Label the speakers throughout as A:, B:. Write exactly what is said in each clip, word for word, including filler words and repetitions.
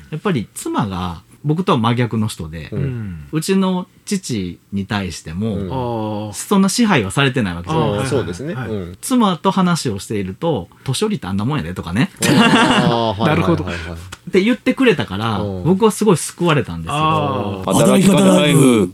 A: やっぱり妻が僕とは真逆の人で、うん、うちの父に対しても、うん、そんな支配はされてないわけじゃないですか。
B: そうですね、はい、
A: 妻と話をしていると年寄りってあんなもんやでとかね
C: なるほど
A: って言ってくれたから僕はすごい救われたんですよ。
D: 働き方ライフ。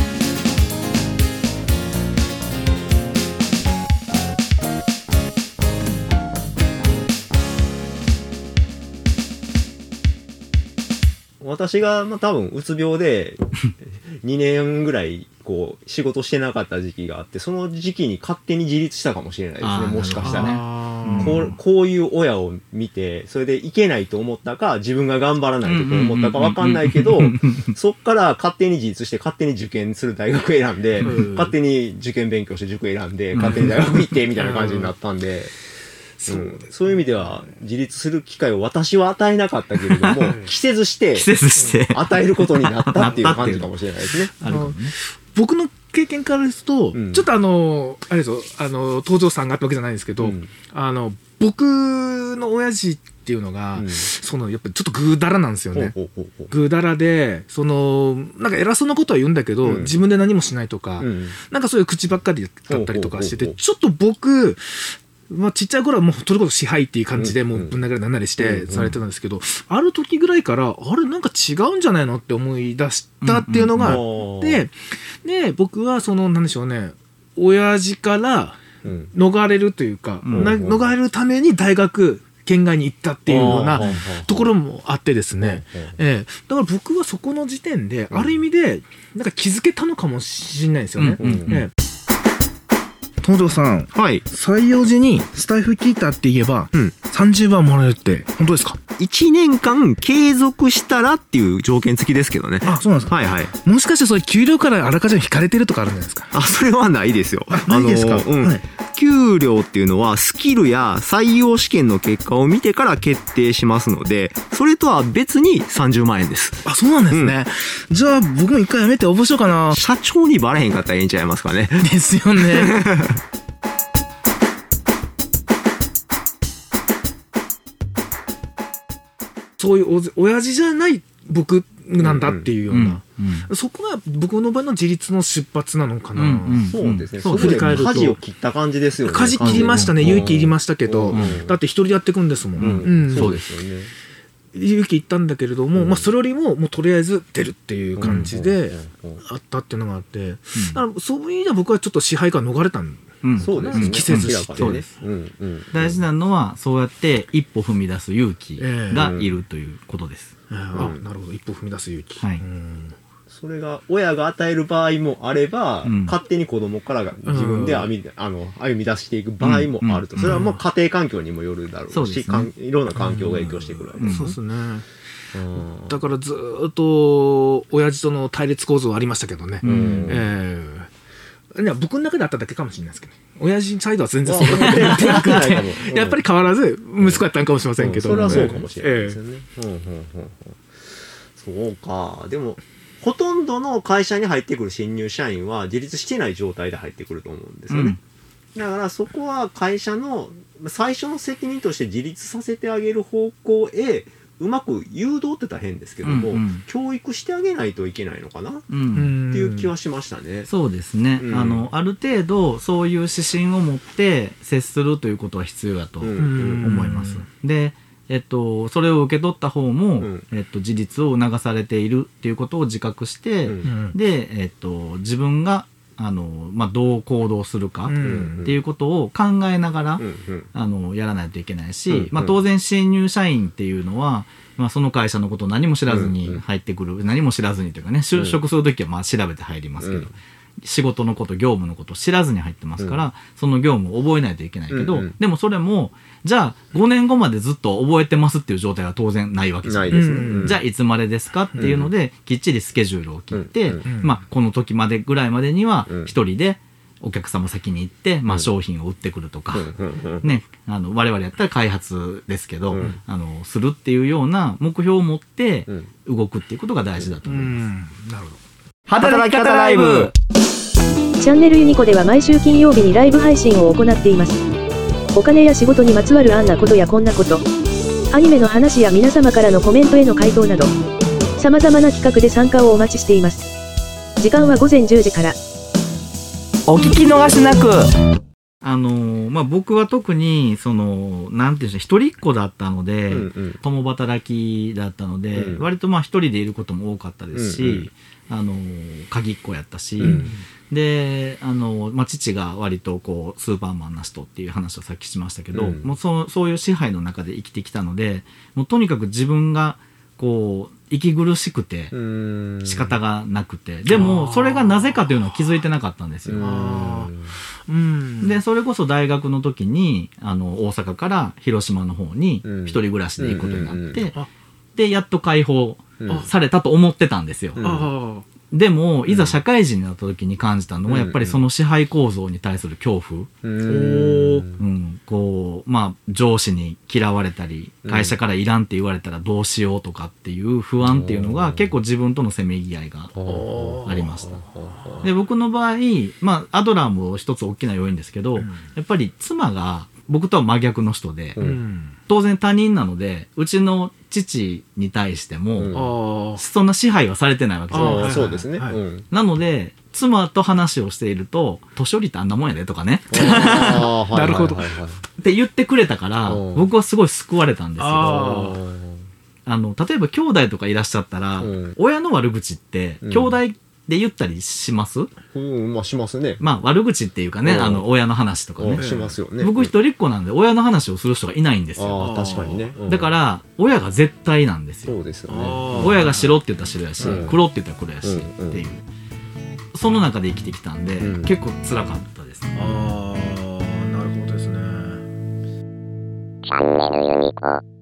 B: 私がまあ多分うつ病でにねんぐらいこう仕事してなかった時期があって、その時期に勝手に自立したかもしれないですね。もしかしたらね、こう、こういう親を見てそれでいけないと思ったか自分が頑張らないと思ったか分かんないけど、そっから勝手に自立して勝手に受験する大学選んで、勝手に受験勉強して塾選んで勝手に大学行ってみたいな感じになったんで、そう、うん、そういう意味では自立する機会を私は与えなかったけれども着せずして与えることになったっていう感じかもしれないですね。
C: あの僕の経験からですと、うん、ちょっとあのあれですよ、あの東條さんがあったわけじゃないんですけど、うん、あの僕の親父っていうのが、うん、そのやっぱりちょっとぐうだらなんですよね。ぐうだらで、そのなんか偉そうなことは言うんだけど、うん、自分で何もしないとか、うん、なんかそういう口ばっかりだったりとかしてて、ちょっと僕まあ、ちっちゃい頃はもうそれこそ支配っていう感じでもうぶん殴りなんなりしてされてたんですけど、ある時ぐらいからあれなんか違うんじゃないのって思い出したっていうのがあって、で僕はそのなんでしょうね、親父から逃れるというか、逃れるために大学県外に行ったっていうようなところもあってですね、ええ、だから僕はそこの時点である意味でなんか気づけたのかもしれないですよね。ええ、東條さん、はい、採用時にスタイフ聞いたって言えば、うん、さんじゅうまんもらえるって本当ですか？
B: いちねんかん継続したらっていう条件付きですけどね。
C: あ、そうなんですか。はいはい。もしかしてそれ給料からあらかじめ引かれてるとかあるんじゃないですか？
B: あ、それはないですよ。
C: あ、ないですか？
B: あの、うん、はい、給料っていうのはスキルや採用試験の結果を見てから決定しますので、それとは別にさんじゅうまんえんです。
C: あ、そうなんですね。うん、じゃあ僕も一回やめて応募しようかな。
B: 社長にバレへんかったらええんちゃいますかね。
C: ですよね。そういうお親父じゃない僕なんだっていうような、うんうんうん、そこが僕の場合の自立の出発なのかな、うんうん、
B: そうですね。そう振り返ると舵を切った感じですよね。
C: 舵切りましたね。勇気いりましたけど、うん、だって一人でやっていくんですもん、うんうん、
B: そうですよね。
C: 勇気いったんだけれども、うん、まあ、それよりももうとりあえず出るっていう感じであったっていうのがあって、うん、だからそういう意味では僕はちょっと支配から逃れたんです
A: うん、
C: そうですね。季節して、
A: そうです、うんうん、大事なのはそうやって一歩踏み出す勇気がいるということです、
C: えーうん、あ、なるほど。一歩踏み出す勇気、はい、うん、
B: それが親が与える場合もあれば、うん、勝手に子供からが自分で歩み、うん、あの歩み出していく場合もあると、うん、それはもう家庭環境にもよるだろうし、うん、いろんな環境が影響してくるわけです、
C: うん、そうですね。うん、だからずっと親父との対立構造はありましたけどね、うん、えーいや僕の中であっただけかもしれないですけど、ね、親父サイドは全然そうなってなくてやっぱり変わらず息子やったんかもしれませんけど、
B: うん、それはそうかもしれないですよね、えーうんうんうんうん、そうか。でもほとんどの会社に入ってくる新入社員は自立してない状態で入ってくると思うんですよね、うん、だからそこは会社の最初の責任として自立させてあげる方向へうまく誘導って大変ですけども、うんうん、教育してあげないといけないのかな、うん、っていう気はしましたね。
A: そうですね、うん、あのある程度そういう指針を持って接するということは必要だと思います、うん、で、えっと、それを受け取った方も、うん、えっと、自立を促されているっていうことを自覚して、うん、で、えっと、自分があのまあ、どう行動するかっていうことを考えながら、うんうん、あのやらないといけないし、うんうん、まあ、当然新入社員っていうのは、まあ、その会社のことを何も知らずに入ってくる、うんうん、何も知らずにというかね、就職するときはまあ調べて入りますけど、うん、仕事のこと業務のことを知らずに入ってますから、うん、その業務を覚えないといけないけど、うんうん、でもそれもじゃあごねんごまでずっと覚えてますっていう状態は当然ないわけじゃないですね、うん、じゃあいつまでですかっていうので、うん、きっちりスケジュールを切って、うん、まあ、この時までぐらいまでには一人でお客様先に行って、まあ、商品を売ってくるとか、うんね、あの我々やったら開発ですけど、うん、あのするっていうような目標を持って動くっていうことが大事だと思います、うんうん、なるほど。
D: 働き方ライブ。
E: チャンネルユニコでは毎週金曜日にライブ配信を行っています。お金や仕事にまつわるあんなことやこんなこと、 アニメの話や皆様からのコメントへの回答など、様々な企画で参加をお待ちしています。時間はごぜんじゅうじから。
D: お聞き逃しなく。
A: あのまあ、僕は特にそのなんていうんでしょう、一人っ子だったので、うんうん、共働きだったので、うん、割とまあ一人でいることも多かったですし、うんうん、あの鍵っ子やったし、うん、であの、まあ、父が割とこうスーパーマンな人っていう話をさっきしましたけど、うん、もう そ, そういう支配の中で生きてきたので、もうとにかく自分がこう息苦しくて仕方がなくて、でもそれがなぜかというのは気づいてなかったんですよ。うん、でそれこそ大学の時にあの大阪から広島の方に一人暮らしで行くことになって、うんうんうん、でやっと解放されたと思ってたんですよ。うん、でもいざ社会人になった時に感じたのは、やっぱりその支配構造に対する恐怖、うんうん、こうまあ上司に嫌われたり会社からいらんって言われたらどうしようとかっていう不安っていうのが結構自分とのせめぎ合いがありました。で僕の場合、まあ、アドラーも一つ大きな要因ですけど、うん、やっぱり妻が僕とは真逆の人で、うん、当然他人なのでうちの父に対しても、うん、そんな支配はされてないわけじゃないですか。
B: そうですね、
A: はいはい、なので妻と話をしていると年寄りってあんなもんやでとかね
C: なるほど
A: って言ってくれたから僕はすごい救われたんですよ。ああの例えば兄弟とかいらっしゃったら、うん、親の悪口って兄弟で言ったりします？
B: うん、まあしますね。
A: まあ悪口っていうかね、あの親の話とかね。
B: しますよね。
A: 僕一人っ子なんで親の話をする人がいないんですよ。
B: ああ確かにね。
A: うん、だから親が絶対なんですよ。
B: そうですよね。
A: 親が白って言ったら白やし、うん、黒って言ったら黒やし、うん、っていう。その中で生きてきたんで、うん、結構辛かったですね。
C: ああなるほどですね。
F: チャンネルユニコ。